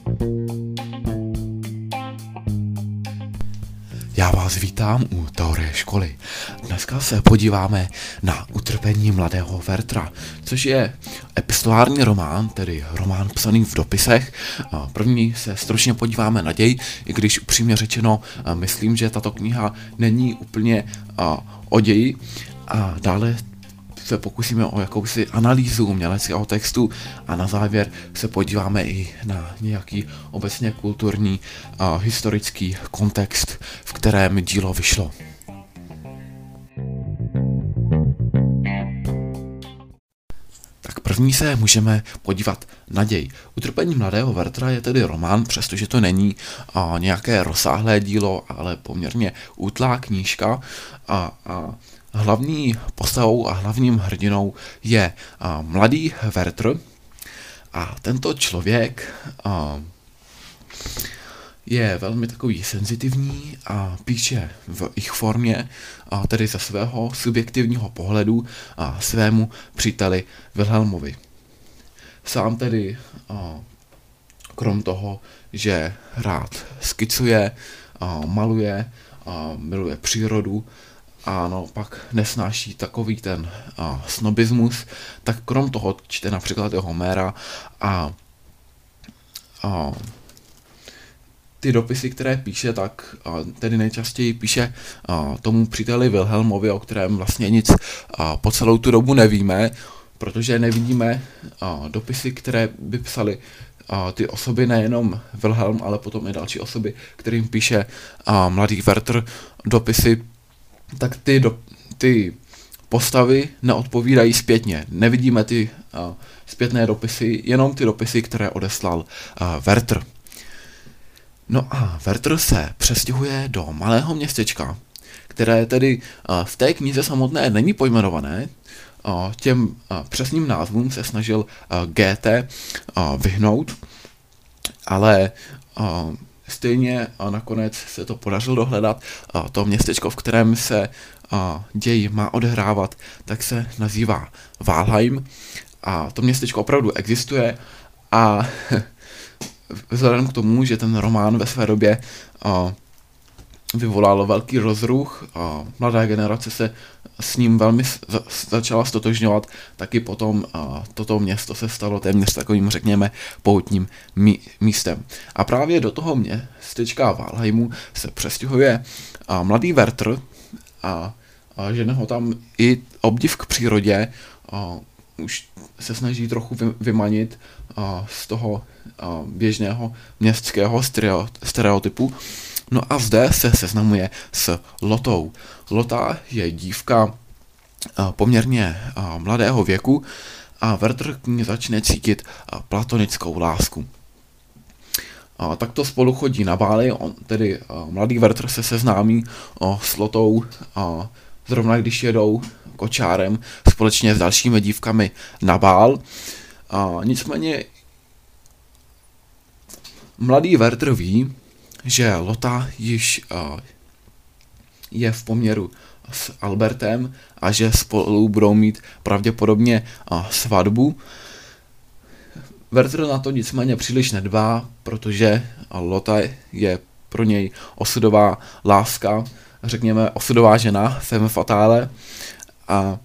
Já vás vítám u Teorie školy. Dneska se podíváme na Utrpení mladého Werthera, což je epistolární román, tedy román psaný v dopisech. První se stručně podíváme na děj, i když upřímně řečeno myslím, že tato kniha není úplně o ději. A dále se pokusíme o jakousi analýzu uměleckého textu a na závěr se podíváme i na nějaký obecně kulturní a historický kontext, v kterém dílo vyšlo. Tak první se můžeme podívat na děj. Utrpení mladého Werthera je tedy román, přestože to není nějaké rozsáhlé dílo, ale poměrně útlá knížka a hlavní postavou a hlavním hrdinou je mladý Werther a tento člověk je velmi takový senzitivní a píše v ich formě, tedy ze svého subjektivního pohledu svému příteli Wilhelmovi. Sám tedy, krom toho, že rád skicuje, maluje, miluje přírodu, a naopak nesnáší takový ten snobismus, tak krom toho čte například i Homéra a ty dopisy, které píše, tak tedy nejčastěji píše tomu příteli Wilhelmovi, o kterém vlastně nic po celou tu dobu nevíme, protože nevidíme dopisy, které by psali ty osoby, nejenom Wilhelm, ale potom i další osoby, kterým píše mladý Werther dopisy, tak ty postavy neodpovídají zpětně. Nevidíme ty zpětné dopisy, jenom ty dopisy, které odeslal Werther. No a Werther se přestěhuje do malého městečka, které tedy v té knize samotné není pojmenované. Těm přesným názvům se snažil Goethe vyhnout, ale stejně nakonec se to podařilo dohledat. To městečko, v kterém se děj má odehrávat, tak se nazývá Valheim a to městečko opravdu existuje a vzhledem k tomu, že ten román ve své době vyvolal velký rozruch, mladá generace se s ním velmi začala stotožňovat, taky potom toto město se stalo téměř takovým, řekněme, poutním místem. A právě do toho městečka Valheimu se přestěhuje mladý Werther a žene ho tam i obdiv k přírodě, už se snaží trochu vymanit z toho běžného městského stereotypu. No a zde se seznamuje s Lotou. Lota je dívka poměrně mladého věku a Werther k ní začne cítit platonickou lásku. Takto spolu chodí na bály, tedy mladý Werther se seznámí s Lotou zrovna když jedou kočárem společně s dalšími dívkami na bál. Nicméně mladý Werther ví, že Lota již je v poměru s Albertem a že spolu budou mít pravděpodobně svatbu. Werther na to nicméně příliš nedbá, protože Lota je pro něj osudová láska, řekněme osudová žena, femme fatale. A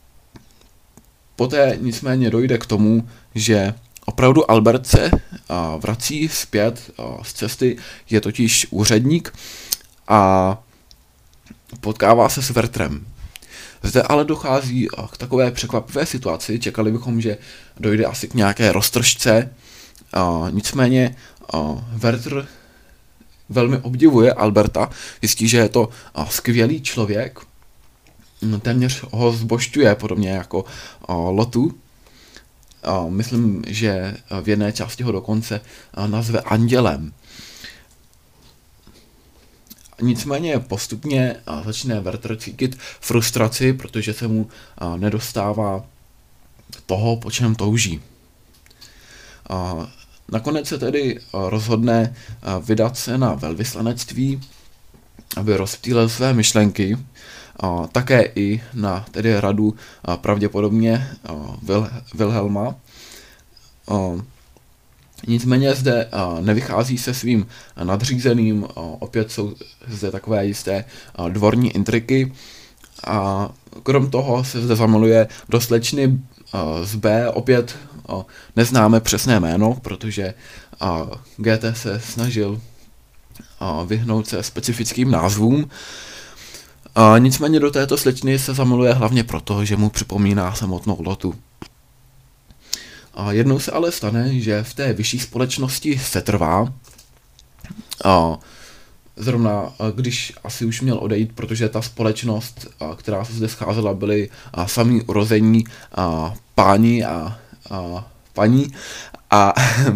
poté nicméně dojde k tomu, že opravdu Albert se vrací zpět z cesty, je totiž úředník a potkává se s Wertherem. Zde ale dochází k takové překvapivé situaci, čekali bychom, že dojde asi k nějaké roztržce, nicméně Werther velmi obdivuje Alberta, zjistí, že je to skvělý člověk, téměř ho zbožťuje, podobně jako Lotu. Myslím, že v jedné části ho dokonce nazve andělem. Nicméně postupně začne Werther cítit frustraci, protože se mu nedostává toho, po čem touží. Nakonec se tedy rozhodne vydat se na velvyslanectví, aby rozptýlil své myšlenky, také i na tedy radu pravděpodobně Wilhelma. Nicméně zde nevychází se svým nadřízeným, opět jsou zde takové jisté dvorní intriky a krom toho se zde zamiluje do slečny z B, opět neznáme přesné jméno, protože GT se snažil vyhnout se specifickým názvům. Nicméně do této slečny se zamiluje hlavně proto, že mu připomíná samotnou Lotu. Jednou se ale stane, že v té vyšší společnosti setrvá, zrovna když asi už měl odejít, protože ta společnost, která se zde scházela, byli samí urození páni a paní a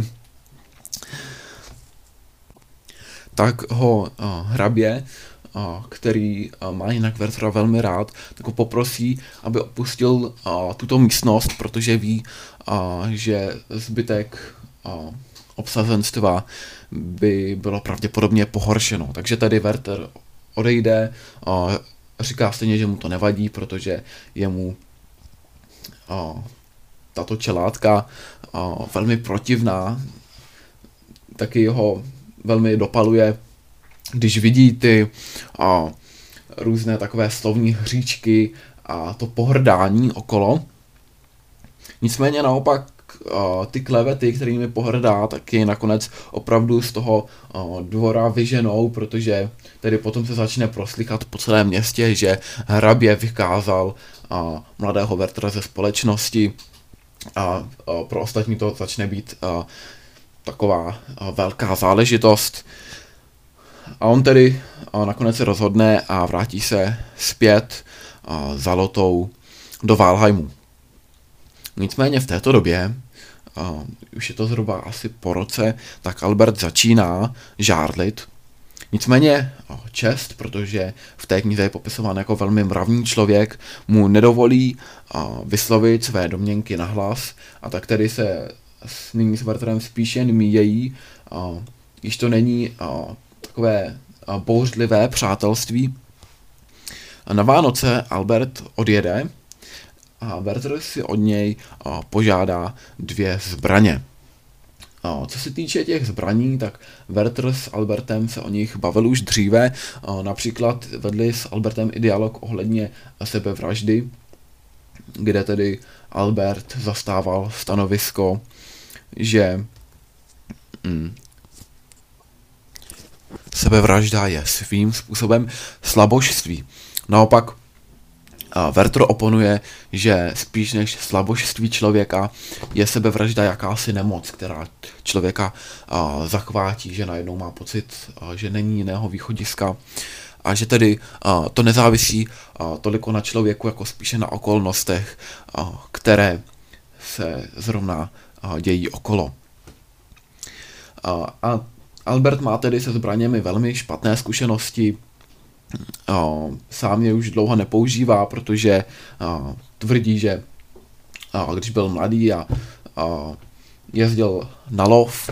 tak ho hrabě, který má jinak Werthera velmi rád, tak ho poprosí, aby opustil tuto místnost, protože ví, že zbytek obsazenstva by bylo pravděpodobně pohoršeno. Takže tady Werther odejde, říká stejně, že mu to nevadí, protože je mu tato čelátka velmi protivná, taky ho velmi dopaluje, když vidí ty různé takové slovní hříčky a to pohrdání okolo. Nicméně naopak ty klevety, kterými pohrdá, taky nakonec opravdu z toho dvora vyženou, protože tedy potom se začne proslychat po celém městě, že hrabě vykázal mladého Werthera ze společnosti a pro ostatní to začne být taková velká záležitost. A on tedy nakonec se rozhodne a vrátí se zpět za Lotou do Valheimu. Nicméně v této době, už je to zhruba asi po roce, tak Albert začíná žárlit. Nicméně čest, protože v té knize je popisován jako velmi mravný člověk, mu nedovolí vyslovit své domněnky nahlas a tak tedy se nyní s Wertherem spíše míjejí, již to není takové bouřlivé přátelství. Na Vánoce Albert odjede a Werther si od něj požádá 2 zbraně. Co se týče těch zbraní, tak Werther s Albertem se o nich bavil už dříve. Například vedli s Albertem i dialog ohledně sebevraždy, kde tedy Albert zastával stanovisko, že sebevražda je svým způsobem slabožství. Naopak Werther oponuje, že spíš než slabožství člověka je sebevražda jakási nemoc, která člověka zachvátí, že najednou má pocit, že není jiného východiska a že tedy to nezávisí toliko na člověku, jako spíše na okolnostech, které se zrovna dějí okolo. A Albert má tedy se zbraněmi velmi špatné zkušenosti, sám je už dlouho nepoužívá, protože tvrdí, že když byl mladý a jezdil na lov,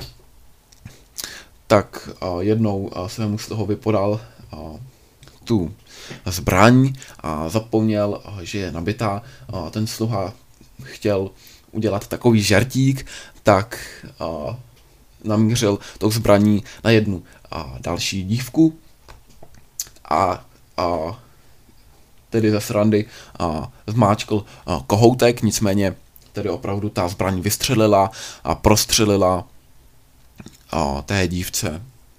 tak jednou se mu z toho vypodal tu zbraň a zapomněl, že je nabitá. Ten sluha chtěl udělat takový žertík, tak namířil tou zbraní na jednu další dívku a tedy ze srandy zmáčkl kohoutek, nicméně tedy opravdu ta zbraň vystřelila a prostřelila té dívce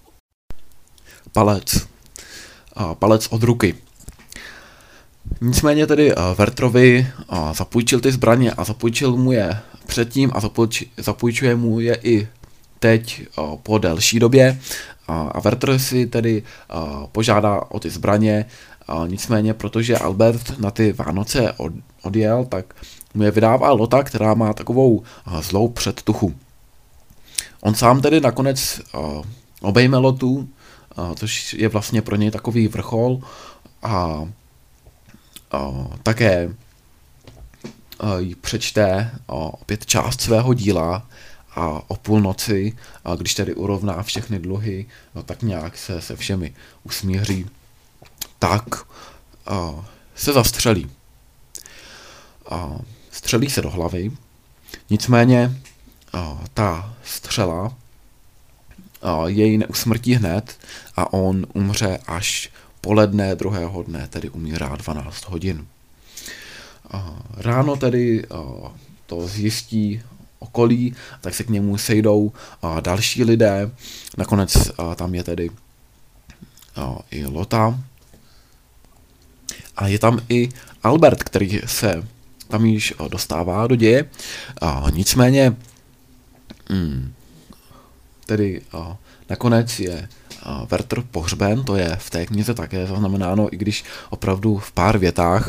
palec od ruky. Nicméně tedy Wertherovi zapůjčil ty zbraně a zapůjčil mu je předtím a zapůjčuje mu je i teď po delší době. A Werther si tedy požádá o ty zbraně, nicméně protože Albert na ty Vánoce odjel, tak mu je vydává Lota, která má takovou zlou předtuchu. On sám tedy nakonec obejme Lotu, což je vlastně pro něj takový vrchol a také jí přečte opět část svého díla a o půlnoci, když tedy urovná všechny dluhy, tak nějak se všemi usmíří, tak se zastřelí. Střelí se do hlavy, nicméně ta střela jej neusmrtí hned a on umře až poledne druhého dne, tedy umírá 12 hodin. Ráno tedy to zjistí okolí, tak se k němu sejdou další lidé, nakonec tam je tedy i Lotta a je tam i Albert, který se tam již dostává do děje, nicméně tedy nakonec je Werther pohřben, to je v té knize také zaznamenáno, i když opravdu v pár větách.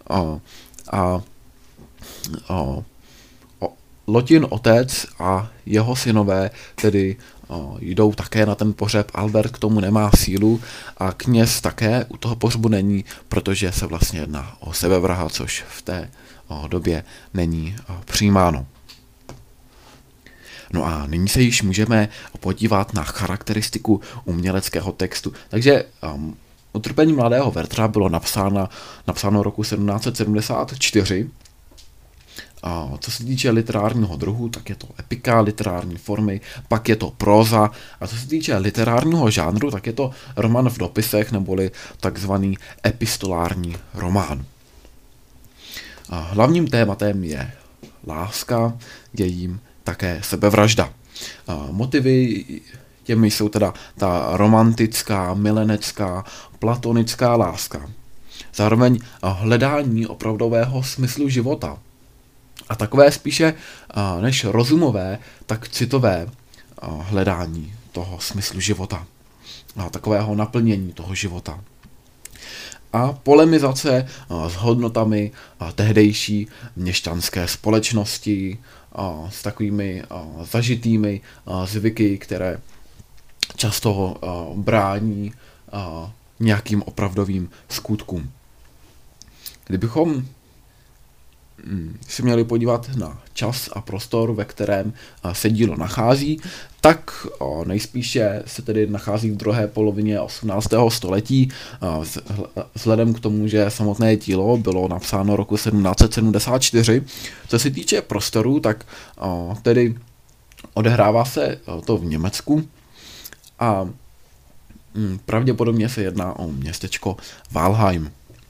Lotin otec a jeho synové tedy jdou také na ten pohřeb. Albert k tomu nemá sílu a kněz také u toho pohřbu není, protože se vlastně jedná o sebevraha, což v té době není přijímáno. No a nyní se již můžeme podívat na charakteristiku uměleckého textu. Takže Utrpení mladého Werthera bylo napsáno roku 1774. Co se týče literárního druhu, tak je to epika, literární formy, pak je to próza, a co se týče literárního žánru, tak je to román v dopisech, neboli takzvaný epistolární román. Hlavním tématem je láska, jejím také sebevražda. Motivy těmi jsou teda ta romantická, milenecká, platonická láska. Zároveň hledání opravdového smyslu života. A takové spíše než rozumové, tak citové hledání toho smyslu života. Takového naplnění toho života. A polemizace s hodnotami tehdejší měšťanské společnosti, s takovými zažitými zvyky, které často brání nějakým opravdovým skutkům. Kdybychom si měli podívat na čas a prostor, ve kterém se dílo nachází, tak nejspíše se tedy nachází v druhé polovině 18. století, vzhledem k tomu, že samotné dílo bylo napsáno roku 1774. Co se týče prostoru, tak tedy odehrává se to v Německu a pravděpodobně se jedná o městečko Walheim.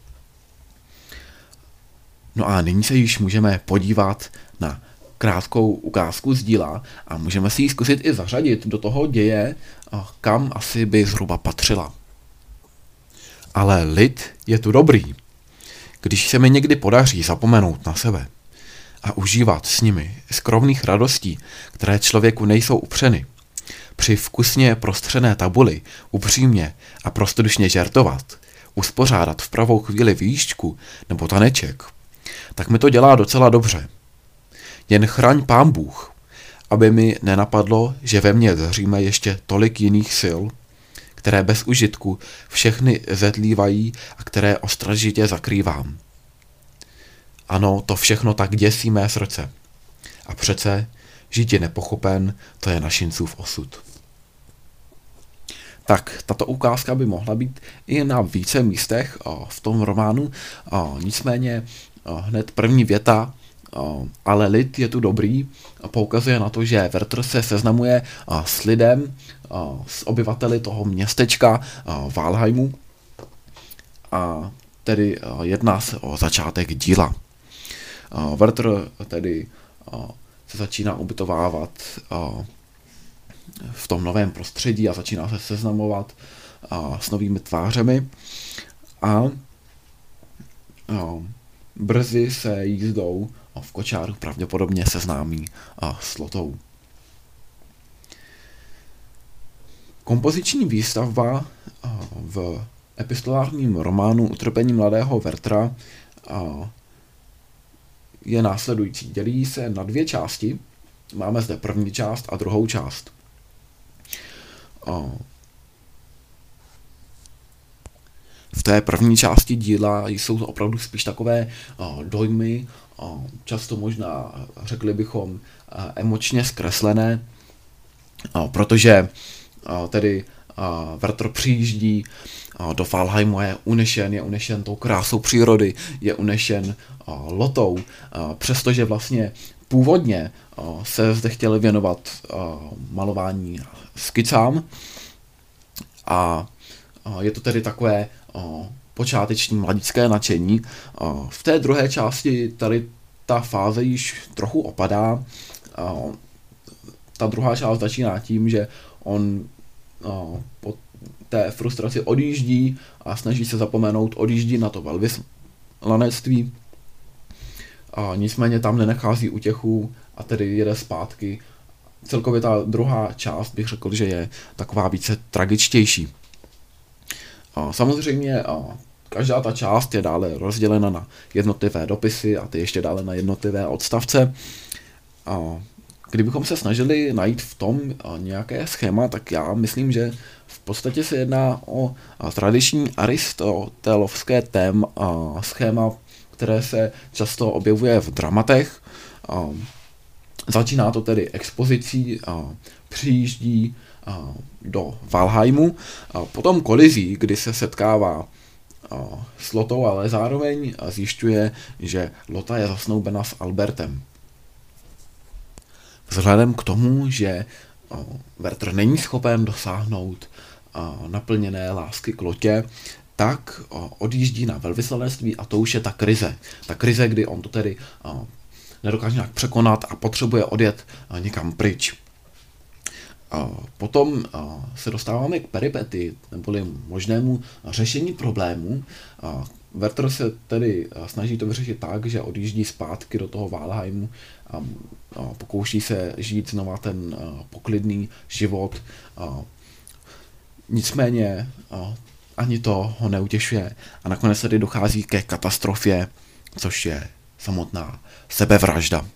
No a nyní se již můžeme podívat na krátkou ukázku z díla a můžeme si ji zkusit i zařadit do toho děje, kam asi by zhruba patřila. Ale lid je tu dobrý. Když se mi někdy podaří zapomenout na sebe a užívat s nimi skromných radostí, které člověku nejsou upřeny, při vkusně prostřené tabuli upřímně a prostodušně žertovat, uspořádat v pravou chvíli výšku nebo taneček, tak mi to dělá docela dobře. Jen chraň Pán Bůh, aby mi nenapadlo, že ve mně zříme ještě tolik jiných sil, které bez užitku všechny zetlívají a které ostražitě zakrývám. Ano, to všechno tak děsí mé srdce. A přece, žít nepochopen, to je našincův osud. Tak, tato ukázka by mohla být i na více místech v tom románu, nicméně hned první věta, ale lid je tu dobrý, poukazuje na to, že Werther se seznamuje s lidem, s obyvateli toho městečka Walheimu, a tedy jedná se o začátek díla. Werther tedy se začíná ubytovávat v tom novém prostředí a začíná se seznamovat s novými tvářemi a brzy se jízdou v kočáru pravděpodobně seznámí s Lottou. Kompoziční výstavba v epistolárním románu Utrpení mladého Werthera je následující. Dělí se na dvě části. Máme zde první část a druhou část. V té první části díla jsou to opravdu spíš takové dojmy, často možná, řekli bychom, emočně zkreslené, protože tedy Werther přijíždí do Walheimu, je unešen tou krásou přírody, je unešen Lottou, přestože vlastně Původně se zde chtěli věnovat malování skicám a je to tedy takové počáteční mladické nadšení. V té druhé části tady ta fáze již trochu opadá. Ta druhá část začíná tím, že on po té frustraci odjíždí a snaží se zapomenout, odjíždí na to velvyslanectví. Nicméně tam nenachází útěchu a tedy jede zpátky. Celkově ta druhá část bych řekl, že je taková více tragičtější. Samozřejmě každá ta část je dále rozdělena na jednotlivé dopisy a ty ještě dále na jednotlivé odstavce. Kdybychom se snažili najít v tom nějaké schéma, tak já myslím, že v podstatě se jedná o tradiční aristotelovské schéma, které se často objevuje v dramatech. Začíná to tedy expozicí, přijíždí do Valheimu, potom kolizí, kdy se setkává s Lotou, ale zároveň zjišťuje, že Lota je zasnoubena s Albertem. Vzhledem k tomu, že Werther není schopen dosáhnout naplněné lásky k Lotě, tak odjíždí na velvyslanectví a to už je ta krize. Ta krize, kdy on to tedy nedokáže nějak překonat a potřebuje odjet někam pryč. Potom se dostáváme k peripetii, neboli možnému řešení problému. Werther se tedy snaží to vyřešit tak, že odjíždí zpátky do toho Valheimu a pokouší se žít znova ten poklidný život. Nicméně ani to ho neutěšuje a nakonec tedy dochází ke katastrofě, což je samotná sebevražda.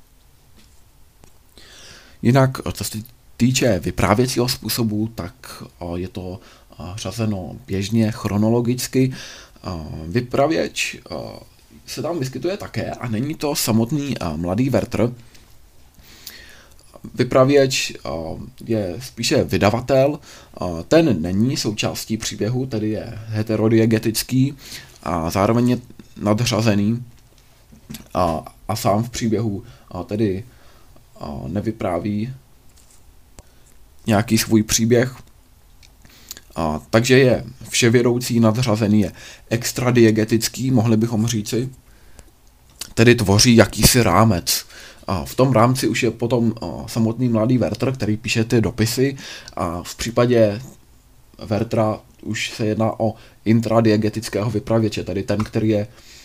Jinak, co se týče vyprávěcího způsobu, tak je to řazeno běžně chronologicky. Vypravěč se tam vyskytuje také a není to samotný mladý Werther. Vypravěč je spíše vydavatel, ten není součástí příběhu, tedy je heterodiegetický a zároveň je nadřazený a sám v příběhu tedy nevypráví nějaký svůj příběh. Takže je vševědoucí, nadřazený, je extradiegetický, mohli bychom říci, tedy tvoří jakýsi rámec. V tom rámci už je potom samotný mladý Werther, který píše ty dopisy a v případě Werthera už se jedná o intradiegetického vypravěče, tedy ten, který je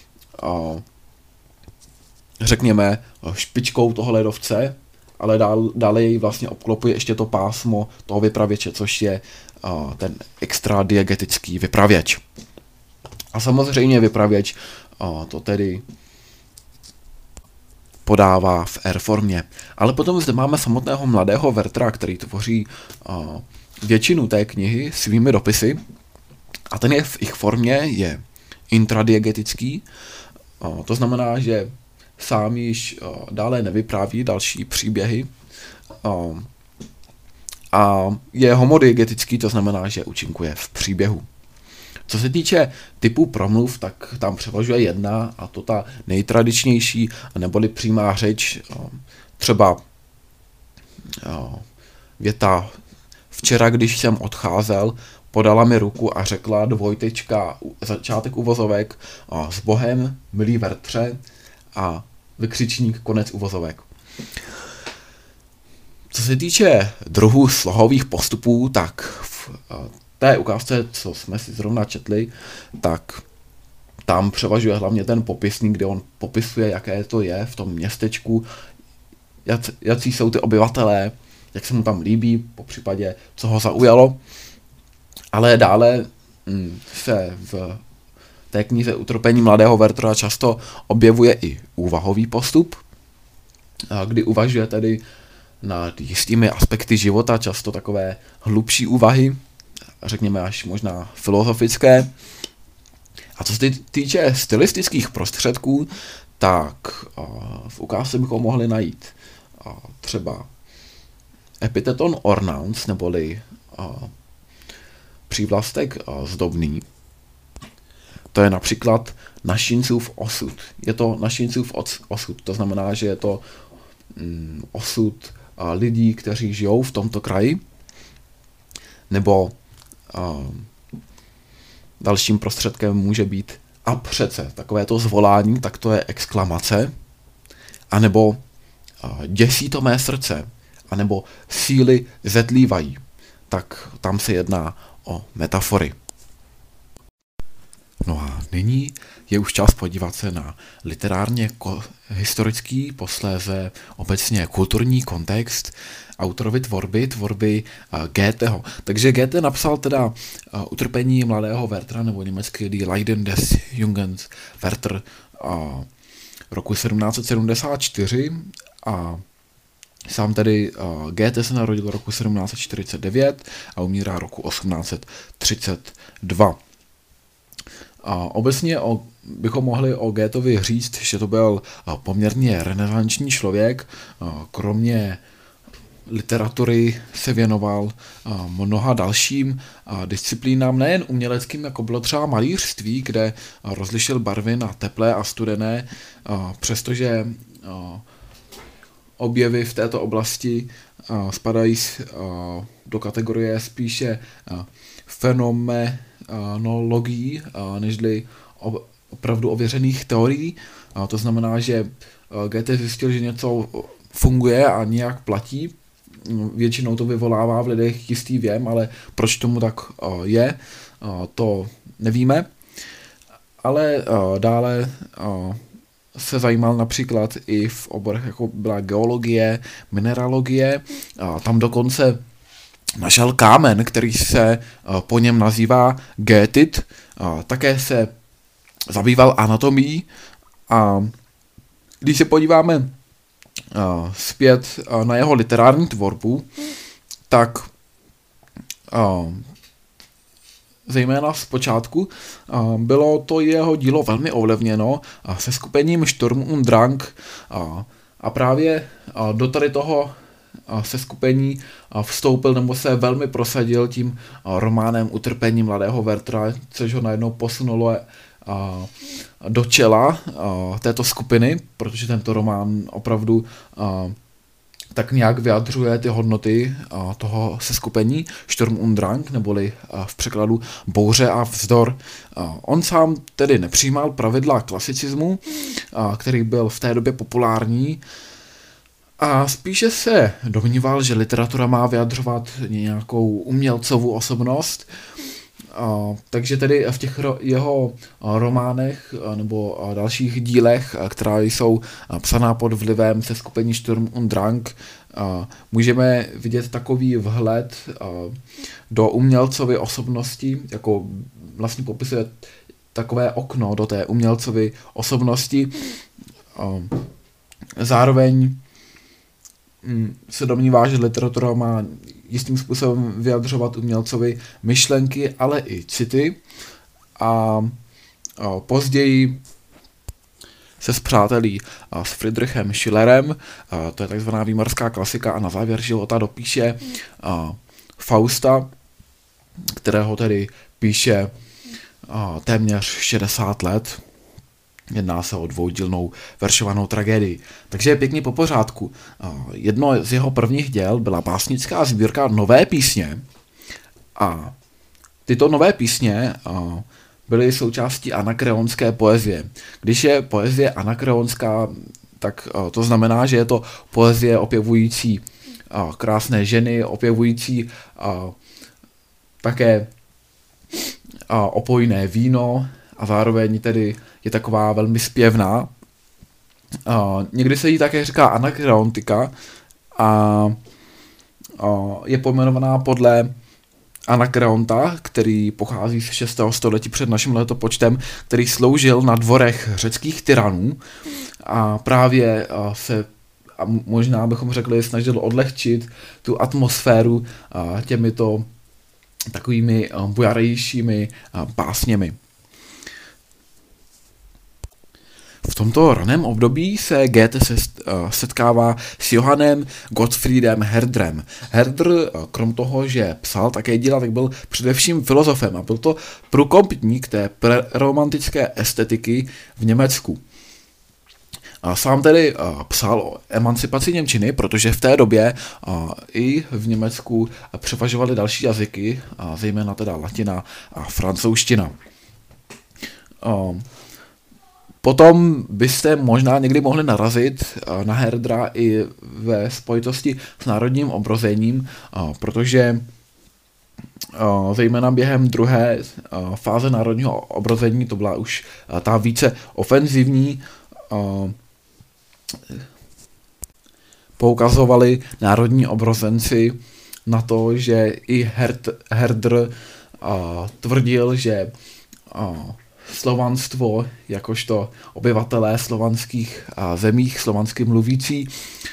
řekněme špičkou toho ledovce, ale dále jej vlastně obklopuje ještě to pásmo toho vypravěče, což je ten extradiegetický vypravěč. A samozřejmě vypravěč to tedy podává v R-formě. Ale potom zde máme samotného mladého Werthera, který tvoří většinu té knihy svými dopisy a ten je v ich formě je intradiegetický. To znamená, že sám již dále nevypráví další příběhy a je homodiegetický, to znamená, že účinkuje v příběhu. Co se týče typu promluv, tak tam převažuje jedna a to ta nejtradičnější, neboli přímá řeč, třeba věta včera, když jsem odcházel, podala mi ruku a řekla dvojtečka, začátek uvozovek, s Bohem, milý Wertře, a vykřičník, konec uvozovek. Co se týče druhů slohových postupů, tak v té ukázce, co jsme si zrovna četli, tak tam převažuje hlavně ten popisník, kde on popisuje, jaké to je v tom městečku, jací jsou ty obyvatelé, jak se mu tam líbí, popřípadě co ho zaujalo. Ale dále se v té knize Utrpení mladého Werthera často objevuje i úvahový postup, kdy uvažuje tedy nad jistými aspekty života, často takové hlubší úvahy, řekněme až možná filozofické. A co se týče stylistických prostředků, tak v ukázce bychom mohli najít třeba epiteton ornans, neboli přívlastek zdobný. To je například Našincův osud. Je to Našincův osud, to znamená, že je to osud lidí, kteří žijou v tomto kraji, nebo dalším prostředkem může být a přece, takové to zvolání, tak to je exklamace, anebo děsí to mé srdce, anebo síly zetlívají, tak tam se jedná o metafory. No a nyní je už čas podívat se na literárně historický, posléze obecně kulturní kontext autorovy tvorby Goetheho. Takže Goethe napsal teda Utrpení mladého Werthera, nebo německy Die Leiden des Jungen Werther roku 1774 a sám tedy Goethe se narodil roku 1749 a umírá roku 1832. A obecně bychom mohli o Goetheovi říct, že to byl poměrně renesanční člověk, kromě literatury se věnoval mnoha dalším disciplínám, nejen uměleckým, jako bylo třeba malířství, kde rozlišil barvy na teplé a studené, přestože objevy v této oblasti spadají do kategorie spíše fenomenologií, nežli opravdu ověřených teorií. To znamená, že Goethe zjistil, že něco funguje a nějak platí. Většinou to vyvolává v lidech jistý věm, ale proč tomu tak je, to nevíme. Ale dále se zajímal například i v oborech, jako byla geologie, mineralogie. Tam dokonce našel kámen, který se po něm nazývá Goethit. Také se zabýval anatomií a když se podíváme zpět na jeho literární tvorbu, tak zejména zpočátku bylo to jeho dílo velmi ovlivněno se skupením Sturm und Drang a právě do tady toho seskupení vstoupil nebo se velmi prosadil tím románem Utrpení mladého Werthera, což ho najednou posunulo do čela této skupiny, protože tento román opravdu tak nějak vyjadřuje ty hodnoty toho seskupení Sturm und Drang, neboli v překladu Bouře a vzdor. On sám tedy nepřijímal pravidla klasicismu, který byl v té době populární, a spíše se domníval, že literatura má vyjadřovat nějakou umělcovou osobnost, takže tedy v těch jeho románech nebo dalších dílech, která jsou psaná pod vlivem seskupení Sturm und Drang, můžeme vidět takový vhled do umělcovy osobnosti, jako vlastně popisuje takové okno do té umělcovy osobnosti. Zároveň se domnívá, že literatura má jistým způsobem vyjadřovat umělcovi myšlenky, ale i city. A později se spřátelí s Friedrichem Schillerem, to je takzvaná výmarská klasika, a na závěr života dopíše Fausta, kterého tedy píše téměř 60 let. Jedná se o dvoudílnou veršovanou tragédii. Takže je pěkně po pořádku. Jedno z jeho prvních děl byla básnická sbírka Nové písně a tyto nové písně byly součástí anakreonské poezie. Když je poezie anakreonská, tak to znamená, že je to poezie opěvující krásné ženy, opěvující také opojné víno a zároveň tedy je taková velmi zpěvná. Někdy se jí také říká anakreontika a je pojmenovaná podle Anakreonta, který pochází z 6. století před naším letopočtem, který sloužil na dvorech řeckých tyranů a právě se, a možná bychom řekli, snažil odlehčit tu atmosféru těmito takovými bujarejšími básněmi. V tomto raném období se Goethe setkává s Johannem Gottfriedem Herderem. Herder, krom toho, že psal také díla, tak byl především filozofem a byl to průkopník té preromantické estetiky v Německu. Sám tedy psal o emancipaci němčiny, protože v té době i v Německu převažovaly další jazyky, zejména teda latina a francouzština. Potom byste možná někdy mohli narazit na Herdera i ve spojitosti s národním obrozením, protože zejména během druhé fáze národního obrození, to byla už ta více ofenzivní, poukazovali národní obrozenci na to, že i Herder tvrdil, že slovanstvo, jakožto obyvatelé slovanských zemích, slovansky mluvící,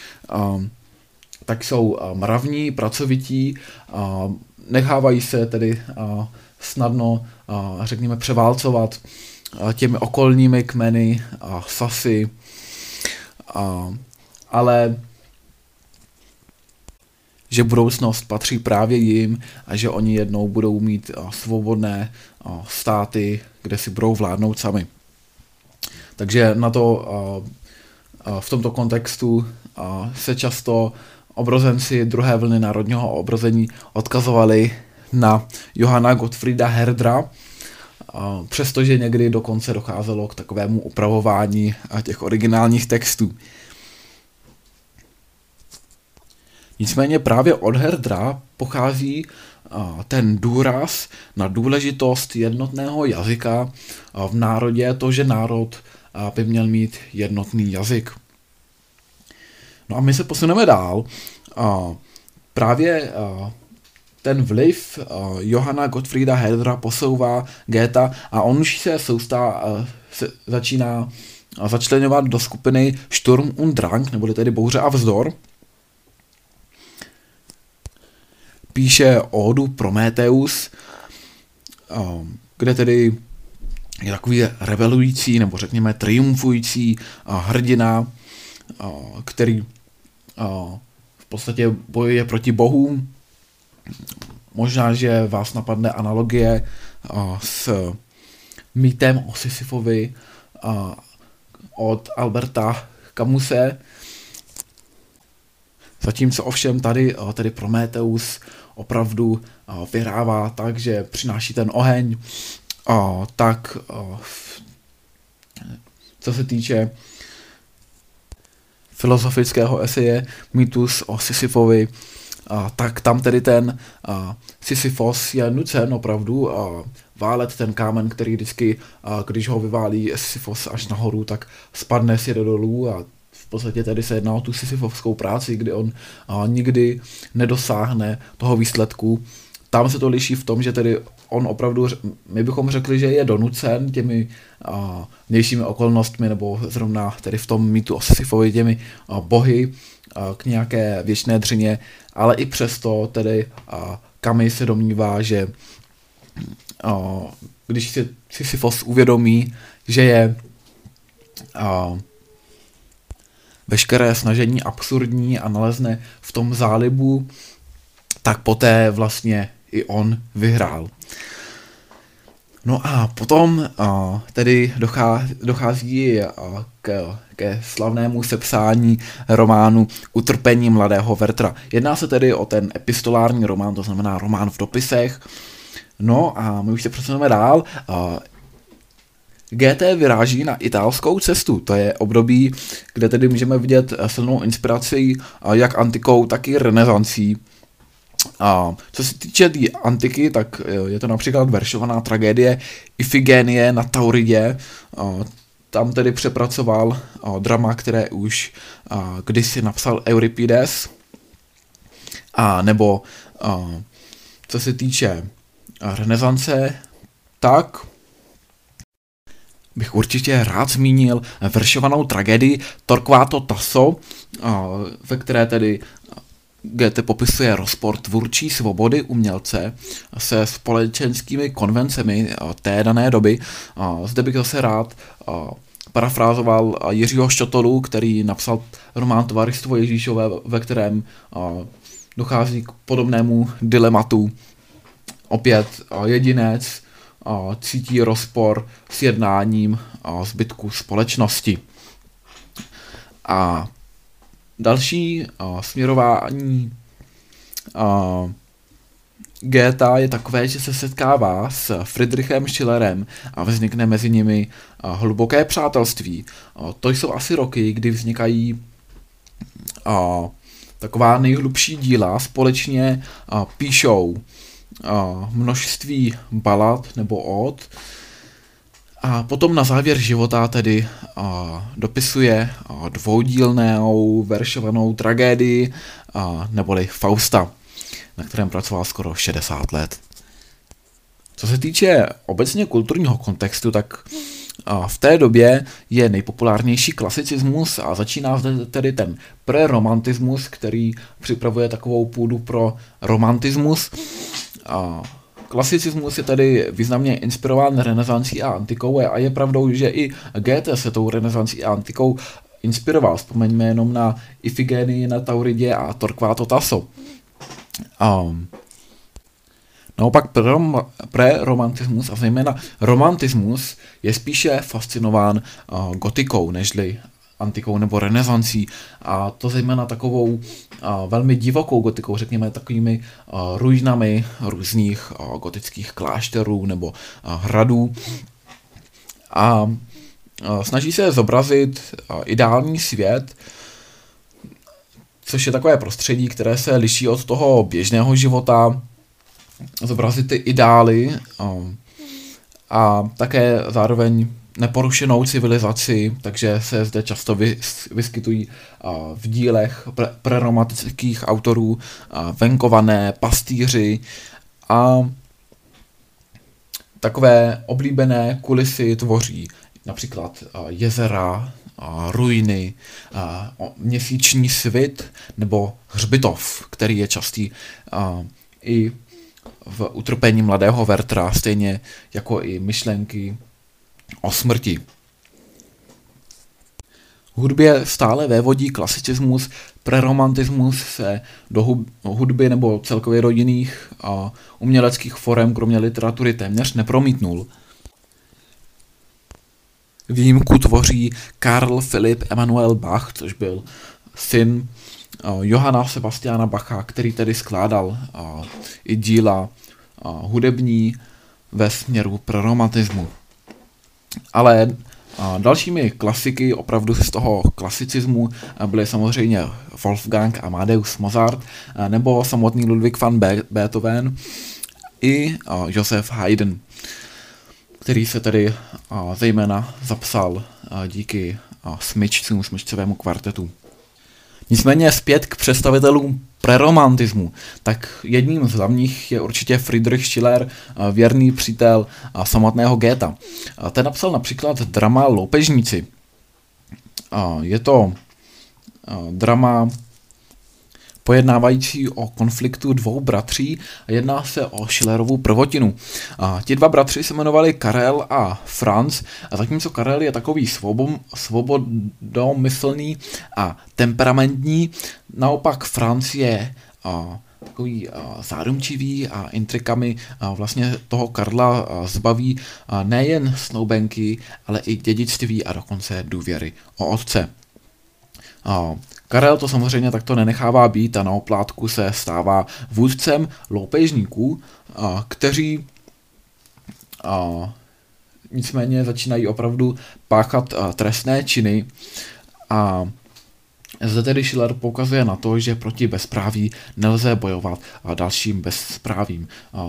tak jsou mravní, pracovití, nechávají se tedy snadno, řekněme, převálcovat těmi okolními kmeny, Sasy, ale že budoucnost patří právě jim a že oni jednou budou mít svobodné státy, kde si budou vládnout sami. Takže na to v tomto kontextu se často obrozenci druhé vlny národního obrození odkazovali na Johanna Gottfrieda Herdera, přestože někdy dokonce docházelo k takovému upravování těch originálních textů. Nicméně právě od Herdera pochází ten důraz na důležitost jednotného jazyka v národě, to, že národ by měl mít jednotný jazyk. No a my se posuneme dál. Právě ten vliv Johanna Gottfrieda Herdera posouvá Goethe a on už se začíná začleňovat do skupiny Sturm und Drang, neboli tedy Bouře a vzdor. Píše ódu Prometheus, kde tedy je takový rebelující, nebo řekněme triumfující hrdina, který v podstatě bojuje proti bohům. Možná, že vás napadne analogie s mýtem o Sisyfovi od Alberta Camuse. Zatímco ovšem tady Prometheus opravdu vyhrává tak, že přináší ten oheň, tak co se týče filozofického eseje Mýtus o Sisyfovi, tak tam tedy ten Sisyfos je nucen opravdu válet ten kámen, který vždycky, když ho vyválí Sisyfos až nahoru, tak spadne si do dolů a v podstatě tady se jedná o tu sisyfovskou práci, kdy on nikdy nedosáhne toho výsledku. Tam se to liší v tom, že tedy on opravdu, my bychom řekli, že je donucen těmi vnějšími okolnostmi, nebo zrovna tedy v tom mýtu o Sisyfovi těmi bohy k nějaké věčné dřině, ale i přesto tedy Camus se domnívá, že když si Sisyfos uvědomí, že je veškeré snažení absurdní a nalezne v tom zálibu, tak poté vlastně i on vyhrál. No a potom tedy dochází ke slavnému sepsání románu Utrpení mladého Werthera. Jedná se tedy o ten epistolární román, to znamená román v dopisech. No a my už se přesuneme dál. Goethe vyráží na italskou cestu. To je období, kde tedy můžeme vidět silnou inspiraci jak antikou, tak i renesancí. Co se týče té antiky, tak je to například veršovaná tragédie Ifigenie na Tauridě. Tam tedy přepracoval drama, které už kdysi napsal Euripides. Nebo co se týče renesance, tak bych určitě rád zmínil veršovanou tragédii Torquato Tasso, ve které tedy Goethe popisuje rozpor tvůrčí svobody umělce se společenskými konvencemi té dané doby. Zde bych zase rád parafrázoval Jiřího Šťotolu, který napsal román Tovaristvo Ježíšové, ve kterém dochází k podobnému dilematu. Opět jedinec cítí rozpor s jednáním zbytku společnosti. A další směrování Goethe je takové, že se setkává s Friedrichem Schillerem a vznikne mezi nimi hluboké přátelství. To jsou asi roky, kdy vznikají taková nejhlubší díla, společně píšou množství balad nebo ód a potom na závěr života tedy dopisuje dvoudílnou veršovanou tragédii neboli Fausta, na kterém pracoval skoro 60 let. Co se týče obecně kulturního kontextu, tak v té době je nejpopulárnější klasicismus a začíná zde tedy ten preromantismus, který připravuje takovou půdu pro romantismus. Klasicismus je tedy významně inspirován renesancí a antikou a je pravdou, že i Goethe se tou renesancí a antikou inspiroval. Vzpomeňme jenom na Ifigénii na Tauridě a Torquato Tasso. Naopak preromantismus a zejména romantismus je spíše fascinován gotikou nežli antikou nebo renesancí a to zejména takovou velmi divokou gotikou, řekněme takovými ruinami různých gotických klášterů nebo hradů a snaží se zobrazit ideální svět, což je takové prostředí, které se liší od toho běžného života, zobrazit ty ideály a také zároveň neporušenou civilizaci, takže se zde často vyskytují v dílech preromantických autorů venkované pastýři a takové oblíbené kulisy tvoří například jezera, ruiny, měsíční svit nebo hřbitov, který je častý i v utrpení mladého Werthera, stejně jako i myšlenky o smrti. Hudbě stále vévodí klasicismus, preromantismus se do hudby nebo celkově do jiných uměleckých forem, kromě literatury, téměř nepromítnul. Výjimku tvoří Karl Philipp Emanuel Bach, což byl syn Johanna Sebastiana Bacha, který tedy skládal i díla hudební ve směru preromantismu. Ale dalšími klasiky opravdu z toho klasicismu byly samozřejmě Wolfgang Amadeus Mozart nebo samotný Ludwig van Beethoven i Joseph Haydn, který se tedy zejména zapsal díky smyčcovému kvartetu. Nicméně zpět k představitelům preromantismu, tak jedním z hlavních je určitě Friedrich Schiller, věrný přítel samotného Goethe. Ten napsal například drama Loupežníci. Je to drama pojednávající o konfliktu dvou bratří a jedná se o Schillerovu prvotinu. Ti dva bratři se jmenovali Karel a Franz, a zatímco Karel je takový svobodomyslný a temperamentní, naopak Franz je takový zárumčivý a intrikami vlastně toho Karla zbaví nejen snoubenky, ale i dědictví a dokonce důvěry o otce. Karel to samozřejmě takto nenechává být a na oplátku se stává vůdcem loupežníků, kteří nicméně začínají opravdu páchat trestné činy a zde tedy Schiller poukazuje na to, že proti bezpráví nelze bojovat dalším bezprávím.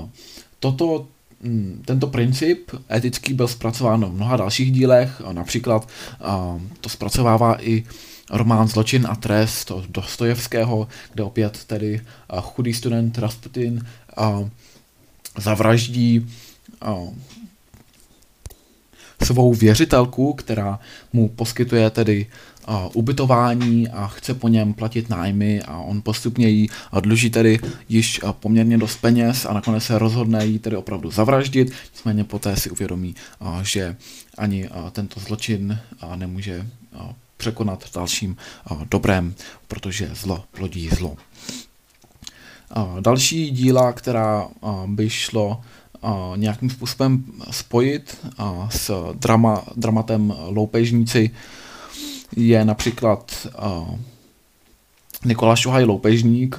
Tento princip etický byl zpracován v mnoha dalších dílech, například to zpracovává i román Zločin a trest od Dostojevského, kde opět tedy chudý student Rasputin zavraždí svou věřitelku, která mu poskytuje tedy ubytování a chce po něm platit nájmy a on postupně jí dluží tedy již poměrně dost peněz a nakonec se rozhodne jí tedy opravdu zavraždit, nicméně poté si uvědomí, že ani tento zločin nemůže překonat dalším dobrem, protože zlo plodí zlo. Další díla, která by šlo nějakým způsobem spojit s dramatem Loupežníci, je například Nikola Šuhaj Loupežník,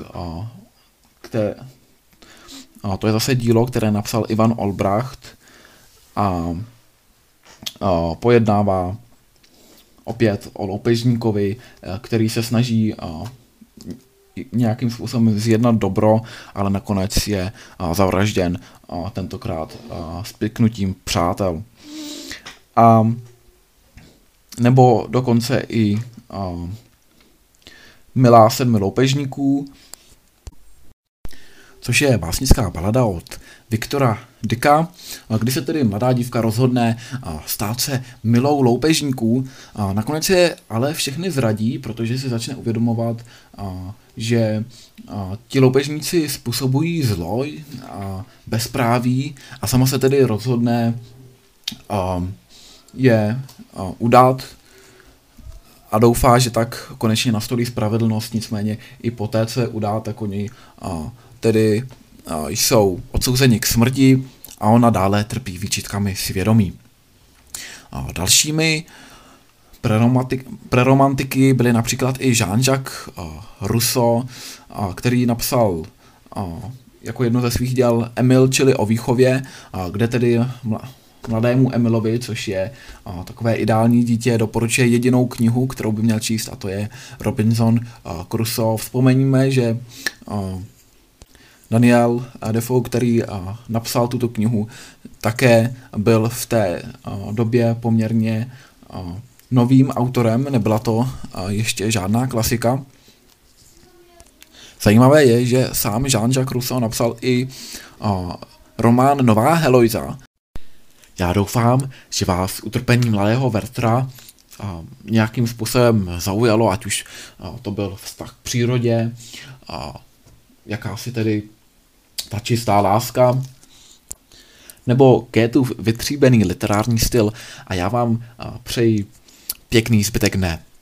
to je zase dílo, které napsal Ivan Olbracht a pojednává opět o loupežníkovi, který se snaží nějakým způsobem zjednat dobro, ale nakonec je zavražděn, tentokrát spiknutím přátel. Nebo dokonce i Milá 7 loupežníků, což je básnická balada od Viktora Dicka, kdy se tedy mladá dívka rozhodne stát se milou loupežníků. Nakonec je ale všechny zradí, protože si začne uvědomovat, že ti loupežníci způsobují zlo a bezpráví a sama se tedy rozhodne je udát a doufá, že tak konečně nastolí spravedlnost, nicméně i poté, co je udá, tak oni tedy jsou odsouzeni k smrti a ona dále trpí výčitkami svědomí. Dalšími preromantiky byly například i Jean-Jacques Rousseau, který napsal jako jedno ze svých děl Emil, čili o výchově, kde tedy mladému Emilovi, což je takové ideální dítě, doporučuje jedinou knihu, kterou by měl číst, a to je Robinson Crusoe. Vzpomeňme, že Daniel Defoe, který napsal tuto knihu, také byl v té době poměrně novým autorem, nebyla to ještě žádná klasika. Zajímavé je, že sám Jean-Jacques Rousseau napsal i román Nová Heloisa. Já doufám, že vás utrpení mladého Werthera nějakým způsobem zaujalo, ať už to byl vztah k přírodě, jakási tedy ta čistá láska, nebo Goethův vytříbený literární styl, a já vám přeji pěkný zbytek dne.